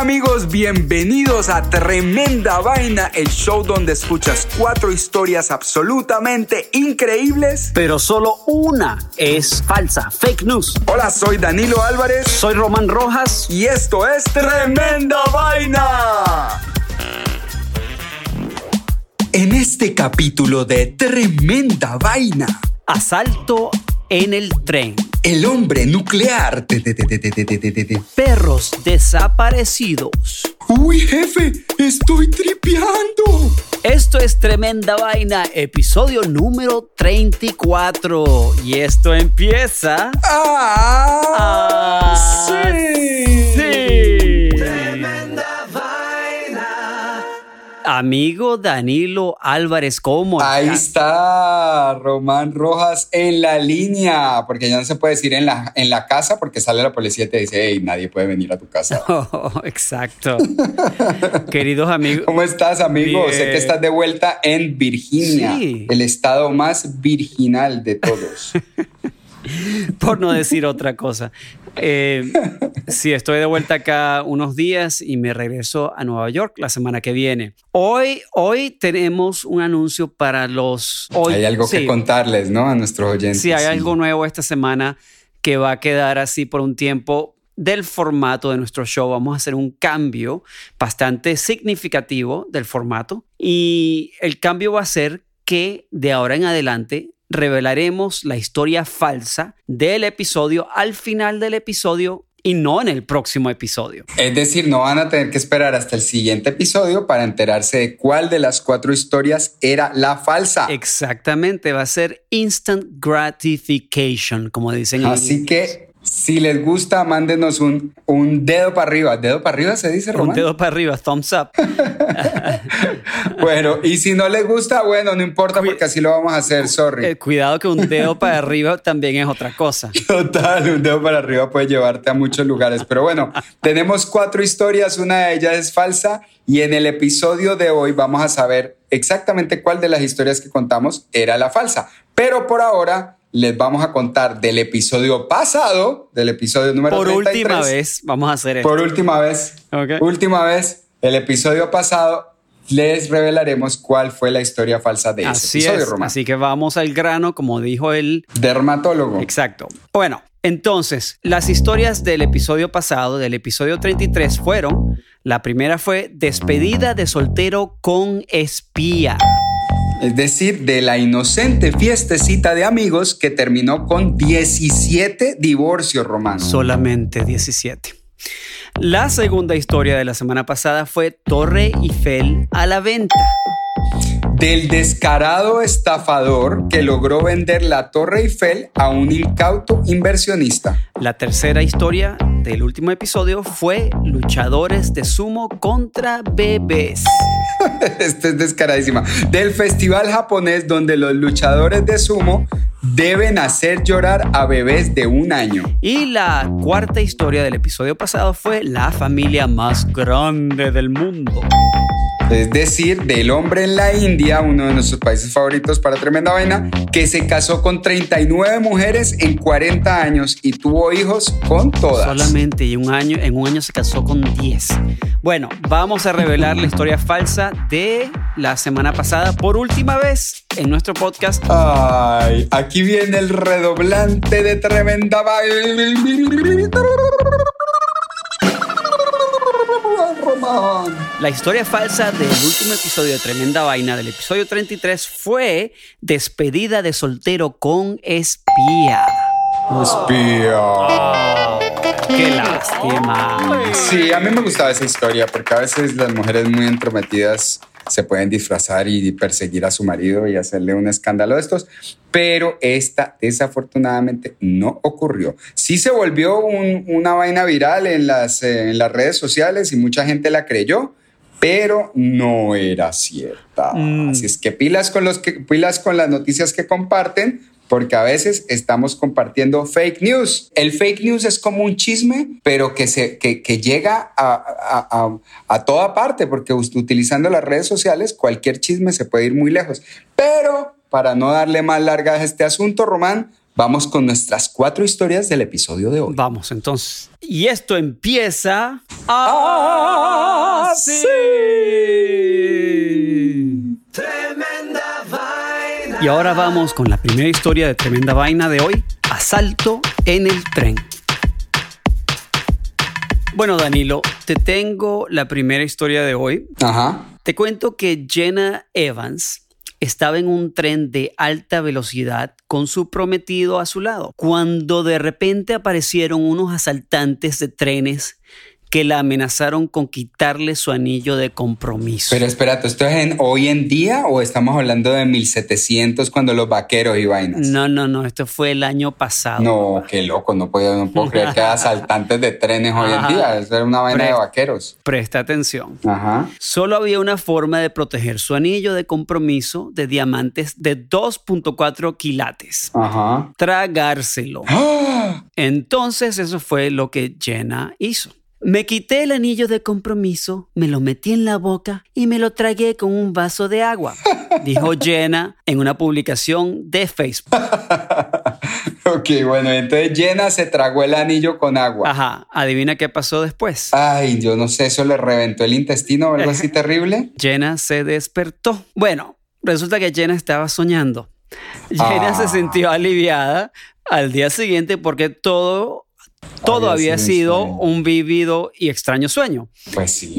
amigos, bienvenidos a Tremenda Vaina, el show donde escuchas 4 historias absolutamente increíbles, pero solo una es falsa, fake news. Hola, soy Danilo Álvarez. Soy Román Rojas. Y esto es Tremenda Vaina. En este capítulo de Tremenda Vaina, asalto en el tren. El hombre nuclear. Perros desaparecidos. Uy, jefe, estoy tripeando. Esto es Tremenda Vaina, episodio número 34. Y esto empieza... Sí. Tremenda Vaina. Amigo Danilo Álvarez, ¿cómo estás? Ahí está Román Rojas en la línea, porque ya no se puede decir en la casa porque sale la policía y te dice, hey, nadie puede venir a tu casa. Oh, exacto. Queridos amigos. ¿Cómo estás, amigo? Bien. Sé que estás de vuelta en Virginia, sí, el estado más virginal de todos. Por no decir otra cosa. Sí, estoy de vuelta acá unos días y me regreso a Nueva York la semana que viene. Hoy tenemos un anuncio para los... Hay algo que contarles, ¿no? A nuestros oyentes. Sí, hay algo nuevo esta semana que va a quedar así por un tiempo del formato de nuestro show. Vamos a hacer un cambio bastante significativo del formato y el cambio va a ser que de ahora en adelante revelaremos la historia falsa del episodio al final del episodio y no en el próximo episodio. Es decir, no van a tener que esperar hasta el siguiente episodio para enterarse de cuál de las 4 historias era la falsa. Exactamente, va a ser instant gratification, como dicen en Así inglés. que si les gusta, mándenos un dedo para arriba. ¿Dedo para arriba se dice, Román? Un dedo para arriba, thumbs up. Bueno, y si no les gusta, bueno, no importa porque así lo vamos a hacer, sorry. Cuidado que un dedo para arriba también es otra cosa. Total, un dedo para arriba puede llevarte a muchos lugares. Pero bueno, tenemos 4 historias, una de ellas es falsa y en el episodio de hoy vamos a saber exactamente cuál de las historias que contamos era la falsa. Pero por ahora les vamos a contar del episodio pasado, del episodio número 33. Por última vez vamos a hacer esto. Por última vez. Okay. Última vez, el episodio pasado, les revelaremos cuál fue la historia falsa de ese episodio, Román. Así que vamos al grano, como dijo el dermatólogo. Exacto. Bueno, entonces, las historias del episodio pasado, del episodio 33, fueron... La primera fue despedida de soltero con espía. Es decir, de la inocente fiestecita de amigos que terminó con 17 divorcios, Román. Solamente 17. La segunda historia de la semana pasada fue Torre Eiffel a la venta. Del descarado estafador que logró vender la Torre Eiffel a un incauto inversionista. La tercera historia del último episodio fue luchadores de sumo contra bebés. Esta es descaradísima. Del festival japonés donde los luchadores de sumo deben hacer llorar a bebés de 1 año. Y la cuarta historia del episodio pasado fue la familia más grande del mundo. Es decir, del hombre en la India, uno de nuestros países favoritos para Tremenda Vaina, que se casó con 39 mujeres en 40 años y tuvo hijos con todas. Solamente, y en un año se casó con 10. Bueno, vamos a revelar la historia falsa de la semana pasada por última vez en nuestro podcast. Ay, aquí viene el redoblante de Tremenda Vaina. La historia falsa del último episodio de Tremenda Vaina, del episodio 33, fue despedida de soltero con espía. Espía. Oh, ¡qué lástima! Sí, a mí me gustaba esa historia porque a veces las mujeres muy entrometidas se pueden disfrazar y perseguir a su marido y hacerle un escándalo de estos, pero esta desafortunadamente no ocurrió. Sí se volvió una vaina viral en las redes sociales y mucha gente la creyó, pero no era cierta. Así es que pilas con las noticias que comparten, porque a veces estamos compartiendo fake news. El fake news es como un chisme, pero que llega a toda parte, porque utilizando las redes sociales cualquier chisme se puede ir muy lejos. Pero para no darle más largas a este asunto, Román, vamos con nuestras 4 historias del episodio de hoy. Vamos entonces. Y esto empieza así. Tremenda vaina. Y ahora vamos con la primera historia de Tremenda Vaina de hoy. Asalto en el tren. Bueno, Danilo, te tengo la primera historia de hoy. Ajá. Te cuento que Jenna Evans estaba en un tren de alta velocidad con su prometido a su lado, cuando de repente aparecieron unos asaltantes de trenes que la amenazaron con quitarle su anillo de compromiso. Pero espérate, ¿esto es hoy en día o estamos hablando de 1700 cuando los vaqueros y vainas? No, esto fue el año pasado. No, papá. qué loco, no puedo creer que hay asaltantes de trenes hoy en día. Eso era una vaina de vaqueros. Presta atención. Ajá. Solo había una forma de proteger su anillo de compromiso de diamantes de 2.4 quilates. Ajá. Tragárselo. ¡Ah! Entonces eso fue lo que Jenna hizo. Me quité el anillo de compromiso, me lo metí en la boca y me lo tragué con un vaso de agua, dijo Jenna en una publicación de Facebook. Ok, bueno, entonces Jenna se tragó el anillo con agua. Ajá, adivina qué pasó después. Ay, yo no sé, ¿eso le reventó el intestino o algo así terrible? Jenna se despertó. Bueno, resulta que Jenna estaba soñando. Jenna se sintió aliviada al día siguiente porque todo había sido un vívido y extraño sueño. Pues sí,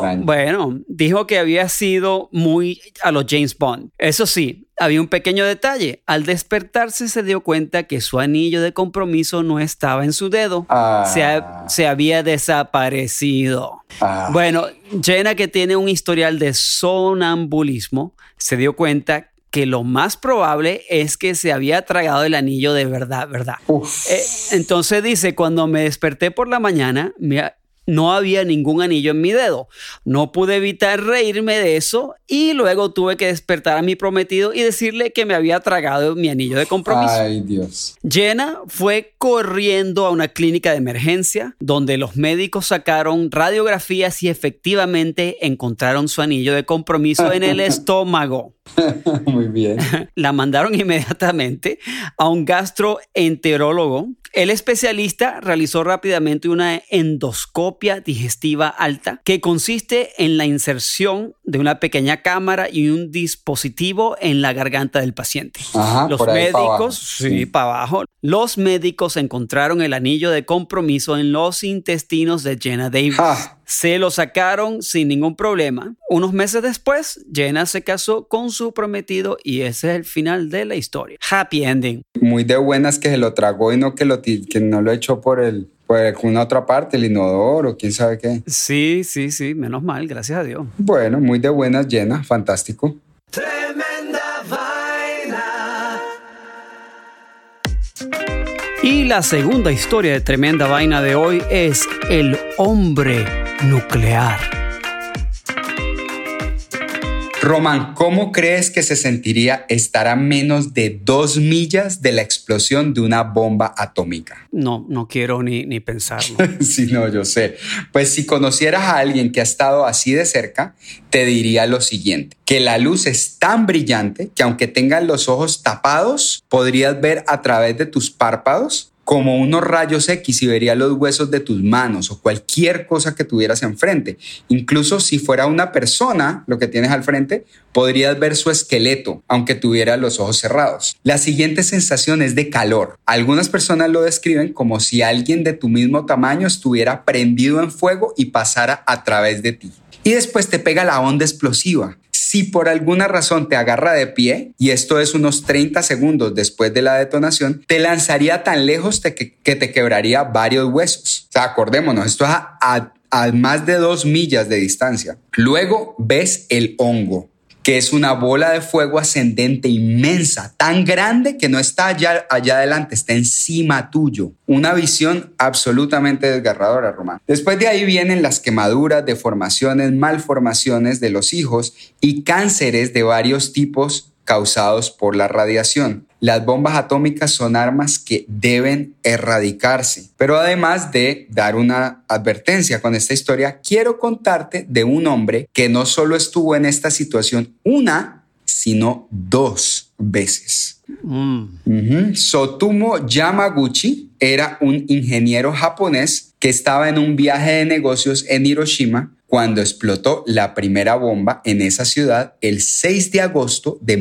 dijo que había sido muy a los James Bond. Eso sí, había un pequeño detalle. Al despertarse se dio cuenta que su anillo de compromiso no estaba en su dedo. Se había desaparecido. Bueno, Jenna, que tiene un historial de sonambulismo, se dio cuenta que lo más probable es que se había tragado el anillo de verdad. Entonces dice, cuando me desperté por la mañana, no había ningún anillo en mi dedo. No pude evitar reírme de eso y luego tuve que despertar a mi prometido y decirle que me había tragado mi anillo de compromiso. Ay, Dios. Jenna fue corriendo a una clínica de emergencia donde los médicos sacaron radiografías y efectivamente encontraron su anillo de compromiso en el estómago. Muy bien. La mandaron inmediatamente a un gastroenterólogo. El especialista realizó rápidamente una endoscopia digestiva alta que consiste en la inserción de una pequeña cámara y un dispositivo en la garganta del paciente. Ajá, Los por ahí médicos, para abajo. sí, para abajo. Los médicos encontraron el anillo de compromiso en los intestinos de Jenna Davis. Se lo sacaron sin ningún problema. Unos meses después, Jenna se casó con su prometido y ese es el final de la historia. Happy ending. Muy de buenas que se lo tragó y no que no lo echó por una otra parte, el inodoro, quién sabe qué. Sí, menos mal, gracias a Dios. Bueno, muy de buenas, Jenna, fantástico. Tremenda vaina. Y la segunda historia de Tremenda Vaina de hoy es el hombre nuclear. Román, ¿cómo crees que se sentiría estar a menos de 2 millas de la explosión de una bomba atómica? No quiero ni pensarlo. Sí, no, yo sé. Pues si conocieras a alguien que ha estado así de cerca, te diría lo siguiente, que la luz es tan brillante que aunque tengas los ojos tapados, podrías ver a través de tus párpados como unos rayos X y vería los huesos de tus manos o cualquier cosa que tuvieras enfrente. Incluso si fuera una persona, lo que tienes al frente, podrías ver su esqueleto, aunque tuviera los ojos cerrados. La siguiente sensación es de calor. Algunas personas lo describen como si alguien de tu mismo tamaño estuviera prendido en fuego y pasara a través de ti. Y después te pega la onda explosiva. Si por alguna razón te agarra de pie, y esto es unos 30 segundos después de la detonación, te lanzaría tan lejos que te quebraría varios huesos. O sea, acordémonos, esto es a más de 2 millas de distancia. Luego ves el hongo, que es una bola de fuego ascendente inmensa, tan grande que no está allá adelante, está encima tuyo. Una visión absolutamente desgarradora, Román. Después de ahí vienen las quemaduras, deformaciones, malformaciones de los hijos y cánceres de varios tipos causados por la radiación. Las bombas atómicas son armas que deben erradicarse. Pero además de dar una advertencia con esta historia, quiero contarte de un hombre que no solo estuvo en esta situación una, sino 2. veces. Tsutomu Yamaguchi era un ingeniero japonés que estaba en un viaje de negocios en Hiroshima cuando explotó la primera bomba en esa ciudad el 6 de agosto de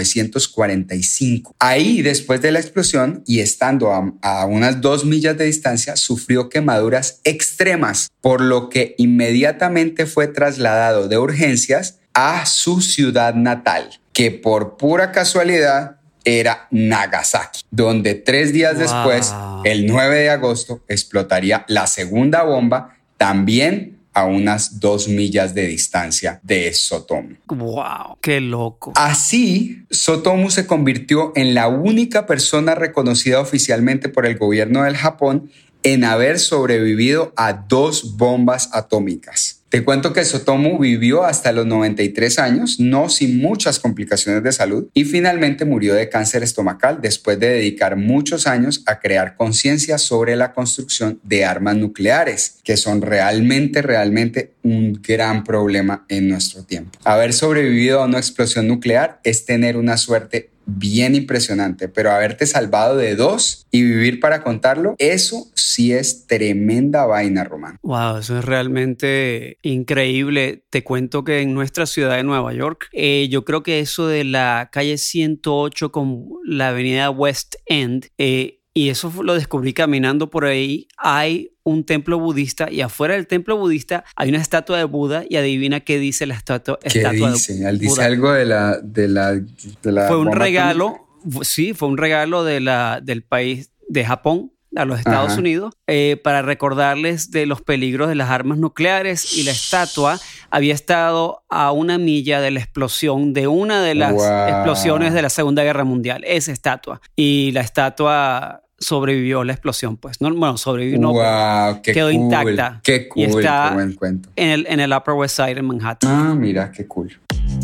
1945. Ahí, después de la explosión y estando a unas 2 millas de distancia, sufrió quemaduras extremas, por lo que inmediatamente fue trasladado de urgencias a su ciudad natal, que por pura casualidad era Nagasaki, donde 3 días después, el 9 de agosto, explotaría la segunda bomba, también a unas 2 millas de distancia de Tsutomu. ¡Wow! ¡Qué loco! Así, Tsutomu se convirtió en la única persona reconocida oficialmente por el gobierno del Japón en haber sobrevivido a 2 bombas atómicas. Te cuento que Tsutomu vivió hasta los 93 años, no sin muchas complicaciones de salud, y finalmente murió de cáncer estomacal después de dedicar muchos años a crear conciencia sobre la construcción de armas nucleares, que son realmente un gran problema en nuestro tiempo. Haber sobrevivido a una explosión nuclear es tener una suerte bien impresionante, pero haberte salvado de 2 y vivir para contarlo, eso sí es tremenda vaina, Román. Wow, eso es realmente increíble. Te cuento que en nuestra ciudad de Nueva York, yo creo que eso de la calle 108 con la avenida West End, y eso lo descubrí caminando por ahí, hay un templo budista y afuera del templo budista hay una estatua de Buda y adivina qué dice la estatua ¿Qué dice? de Buda. Dice algo de la Fue un bomba regalo, sí, fue un regalo del país de Japón a los Estados Unidos para recordarles de los peligros de las armas nucleares, y la estatua había estado a 1 milla de la explosión de una de las explosiones de la Segunda Guerra Mundial, esa estatua. Y la estatua sobrevivió la explosión, pues. No, bueno, sobrevivió, no, quedó cool, intacta. Qué cool, y está qué buen cuento. en el Upper West Side en Manhattan. Ah, mira, qué cool.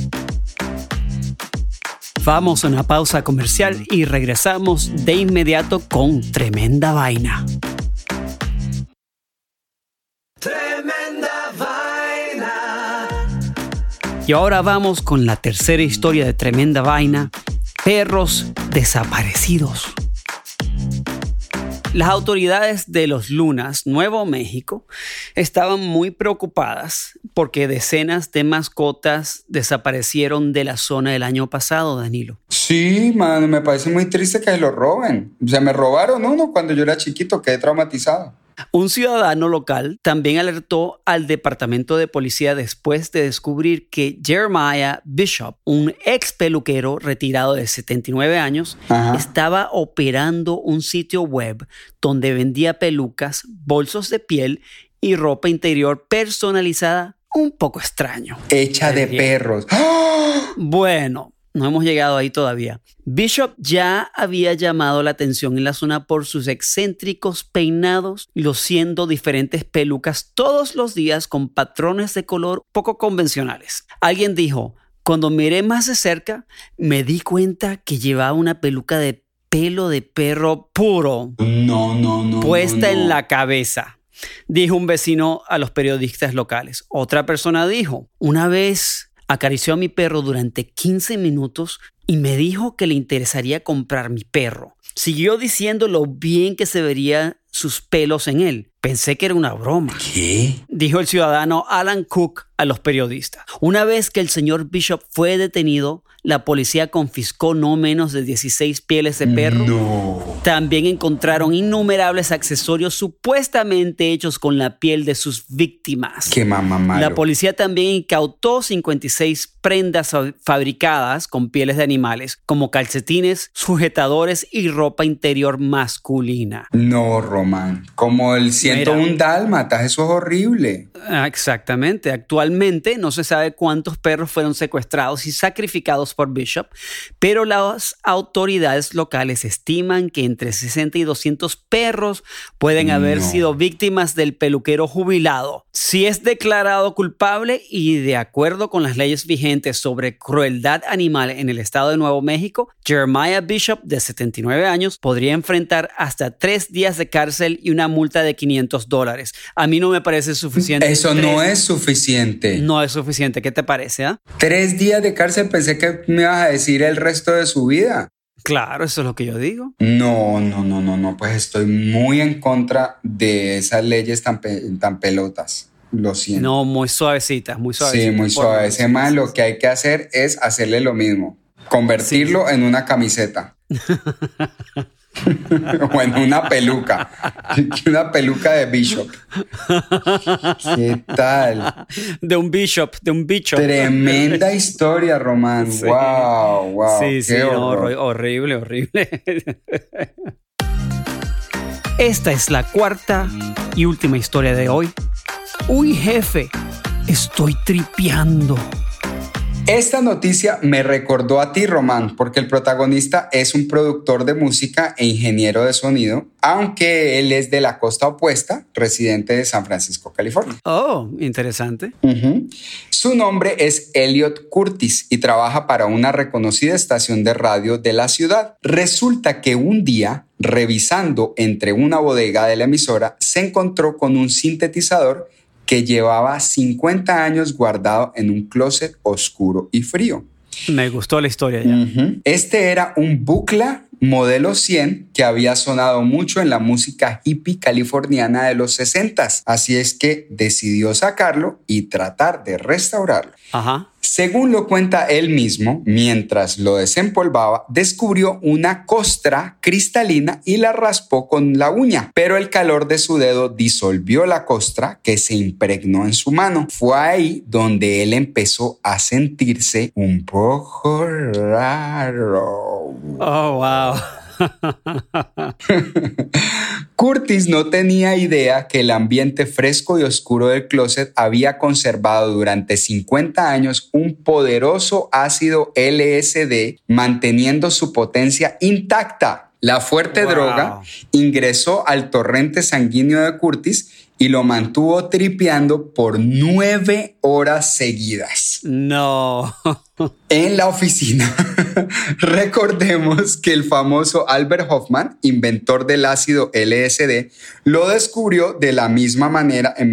Vamos a una pausa comercial y regresamos de inmediato con Tremenda Vaina. Tremenda vaina. Y ahora vamos con la tercera historia de Tremenda Vaina: perros desaparecidos. Las autoridades de Los Lunas, Nuevo México, estaban muy preocupadas porque decenas de mascotas desaparecieron de la zona el año pasado, Danilo. Sí, mano, me parece muy triste que se lo roben. Se me robaron uno cuando yo era chiquito, quedé traumatizado. Un ciudadano local también alertó al departamento de policía después de descubrir que Jeremiah Bishop, un ex peluquero retirado de 79 años, estaba operando un sitio web donde vendía pelucas, bolsos de piel y ropa interior personalizada, un poco extraño. Hecha de perros. ¡Ah! Bueno, no hemos llegado ahí todavía. Bishop ya había llamado la atención en la zona por sus excéntricos peinados, luciendo diferentes pelucas todos los días con patrones de color poco convencionales. Alguien dijo: cuando miré más de cerca, me di cuenta que llevaba una peluca de pelo de perro puro. No. Puesta en la cabeza, dijo un vecino a los periodistas locales. Otra persona dijo: una vez acarició a mi perro durante 15 minutos y me dijo que le interesaría comprar mi perro. Siguió diciendo lo bien que se verían sus pelos en él. Pensé que era una broma. ¿Qué? Dijo el ciudadano Alan Cook a los periodistas. Una vez que el señor Bishop fue detenido, la policía confiscó no menos de 16 pieles de perro. No. También encontraron innumerables accesorios supuestamente hechos con la piel de sus víctimas. Qué mamá malo. La policía también incautó 56 prendas fabricadas con pieles de animales, como calcetines, sujetadores y ropa interior masculina. No, Román. Como el 101 dálmatas, eso es horrible. Exactamente. Actualmente no se sabe cuántos perros fueron secuestrados y sacrificados por Bishop, pero las autoridades locales estiman que entre 60 y 200 perros pueden haber sido víctimas del peluquero jubilado. Si es declarado culpable y de acuerdo con las leyes vigentes sobre crueldad animal en el estado de Nuevo México, Jeremiah Bishop, de 79 años, podría enfrentar hasta 3 días de cárcel y una multa de $500. $500. A mí no me parece suficiente. Eso no es suficiente. No es suficiente. ¿Qué te parece? 3 días de cárcel, pensé que me ibas a decir el resto de su vida. Claro, eso es lo que yo digo. No, pues estoy muy en contra de esas leyes tan pelotas. Lo siento. No, muy suavecitas, muy suavecitas. Sí, muy suave. Ese man lo que hay que hacer es hacerle lo mismo. Convertirlo en una camiseta. O en una peluca. Una peluca de Bishop. ¿Qué tal? De un Bishop. Tremenda historia, Román. Sí. Wow. Sí, horrible. Esta es la cuarta y última historia de hoy. Uy, jefe, estoy tripeando. Esta noticia me recordó a ti, Román, porque el protagonista es un productor de música e ingeniero de sonido, aunque él es de la costa opuesta, residente de San Francisco, California. Oh, interesante. Su nombre es Elliot Curtis y trabaja para una reconocida estación de radio de la ciudad. Resulta que un día, revisando entre una bodega de la emisora, se encontró con un sintetizador que llevaba 50 años guardado en un closet oscuro y frío. Me gustó la historia ya. Este era un Buchla modelo 100 que había sonado mucho en la música hippie californiana de los 60s. Así es que decidió sacarlo y tratar de restaurarlo. Ajá. Según lo cuenta él mismo, mientras lo desempolvaba, descubrió una costra cristalina y la raspó con la uña, pero el calor de su dedo disolvió la costra que se impregnó en su mano. Fue ahí donde él empezó a sentirse un poco raro. Oh, wow. Curtis no tenía idea que el ambiente fresco y oscuro del closet había conservado durante 50 años un poderoso ácido LSD, manteniendo su potencia intacta. La fuerte droga ingresó al torrente sanguíneo de Curtis y lo mantuvo tripeando por 9 horas seguidas. No. En la oficina, recordemos que el famoso Albert Hoffman, inventor del ácido LSD, lo descubrió de la misma manera en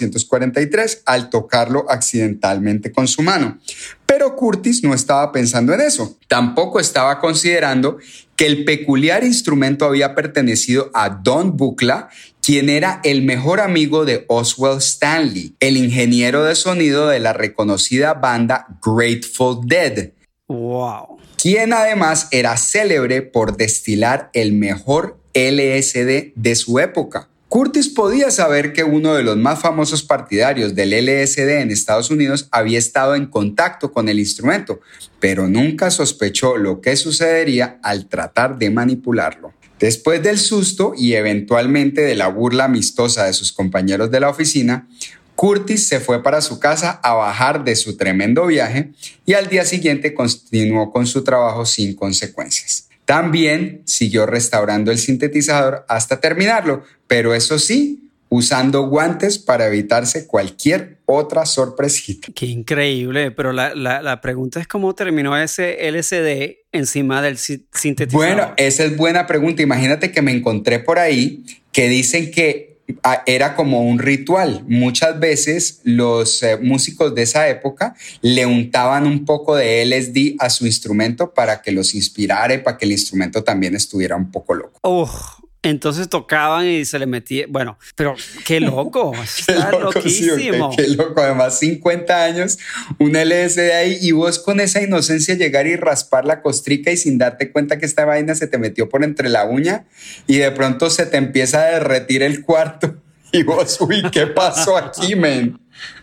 1943 al tocarlo accidentalmente con su mano. Pero Curtis no estaba pensando en eso. Tampoco estaba considerando que el peculiar instrumento había pertenecido a Don Buchla, quien era el mejor amigo de Oswald Stanley, el ingeniero de sonido de la reconocida banda Grateful Dead. Wow. Quien además era célebre por destilar el mejor LSD de su época. Curtis podía saber que uno de los más famosos partidarios del LSD en Estados Unidos había estado en contacto con el instrumento, pero nunca sospechó lo que sucedería al tratar de manipularlo. Después del susto y eventualmente de la burla amistosa de sus compañeros de la oficina, Curtis se fue para su casa a bajar de su tremendo viaje y al día siguiente continuó con su trabajo sin consecuencias. También siguió restaurando el sintetizador hasta terminarlo, pero eso sí, usando guantes para evitarse cualquier otra sorpresita. Qué increíble, pero la pregunta es cómo terminó ese LSD encima del sintetizador. Bueno, esa es buena pregunta. Imagínate que me encontré por ahí que dicen que era como un ritual. Muchas veces los músicos de esa época le untaban un poco de LSD a su instrumento para que los inspirara y para que el instrumento también estuviera un poco loco. Entonces tocaban y se le metía. Bueno, pero qué loco. Está loquísimo. Sí, qué loco. Además, 50 años, un LSD ahí y vos con esa inocencia llegar y raspar la costrica y sin darte cuenta que esta vaina se te metió por entre la uña y de pronto se te empieza a derretir el cuarto y vos, uy, ¿qué pasó aquí, men?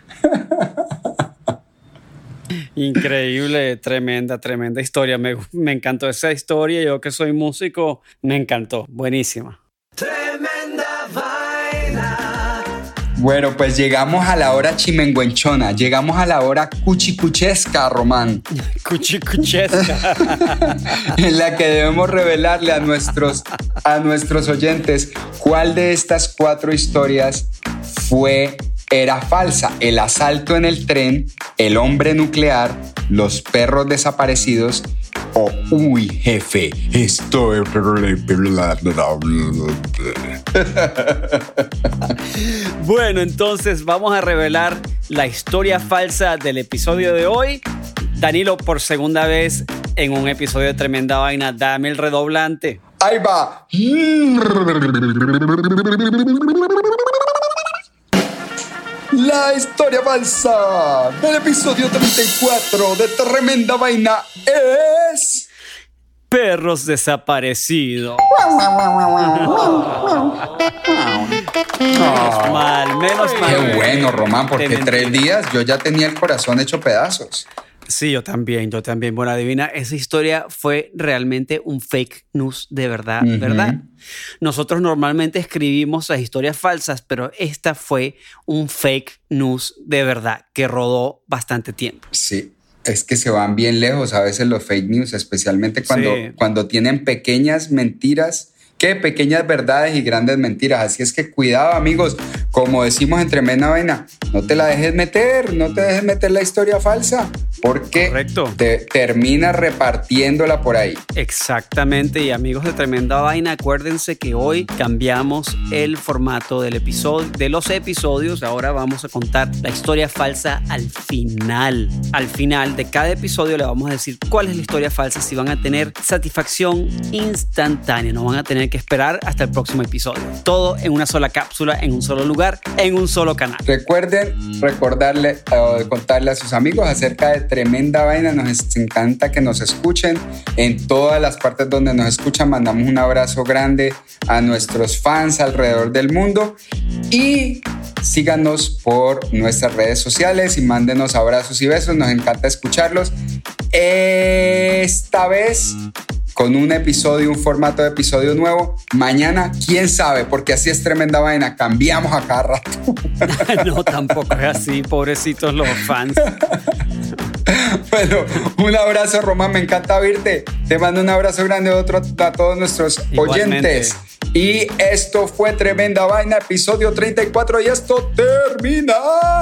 Increíble, tremenda historia. Me encantó esa historia. Yo que soy músico, me encantó. Buenísima. Tremenda vaina. Bueno, pues llegamos a la hora chimenguenchona. Llegamos a la hora cuchicuchesca, Román. Cuchicuchesca. En la que debemos revelarle a nuestros oyentes cuál de estas 4 historias era falsa: el asalto en el tren, el hombre nuclear, los perros desaparecidos o uy, jefe, estoy... Bueno, entonces vamos a revelar la historia falsa del episodio de hoy. Danilo, por segunda vez en un episodio de Tremenda Vaina, dame el redoblante. Ahí va. La historia falsa del episodio 34 de Tremenda Vaina es... Perros desaparecidos. Menos mal. Qué bueno, Román, porque 3 días yo ya tenía el corazón hecho pedazos. Sí, yo también. Bueno, adivina, esa historia fue realmente un fake news de verdad, ¿verdad? Nosotros normalmente escribimos las historias falsas, pero esta fue un fake news de verdad que rodó bastante tiempo. Sí, es que se van bien lejos a veces los fake news, especialmente cuando tienen pequeñas mentiras, pequeñas verdades y grandes mentiras. Así es que cuidado, amigos, como decimos en Tremenda Vaina, no te dejes meter la historia falsa, porque te terminas repartiéndola por ahí. Exactamente, y amigos de Tremenda Vaina, acuérdense que hoy cambiamos el formato del episodio, de los episodios. Ahora vamos a contar la historia falsa al final. Al final de cada episodio le vamos a decir cuál es la historia falsa, si van a tener satisfacción instantánea, no van a tener que esperar hasta el próximo episodio. Todo en una sola cápsula, en un solo lugar, en un solo canal. Recuerden contarle a sus amigos acerca de Tremenda Vaina. Nos encanta que nos escuchen en todas las partes donde nos escuchan. Mandamos un abrazo grande a nuestros fans alrededor del mundo y síganos por nuestras redes sociales y mándenos abrazos y besos. Nos encanta escucharlos. Esta vez con un formato de episodio nuevo. Mañana, quién sabe, porque así es Tremenda Vaina. Cambiamos a cada rato. No, tampoco es así, pobrecitos los fans. Bueno, un abrazo, Román, me encanta oírte. Te mando un abrazo grande a todos nuestros oyentes. Y esto fue Tremenda Vaina, episodio 34, y esto termina.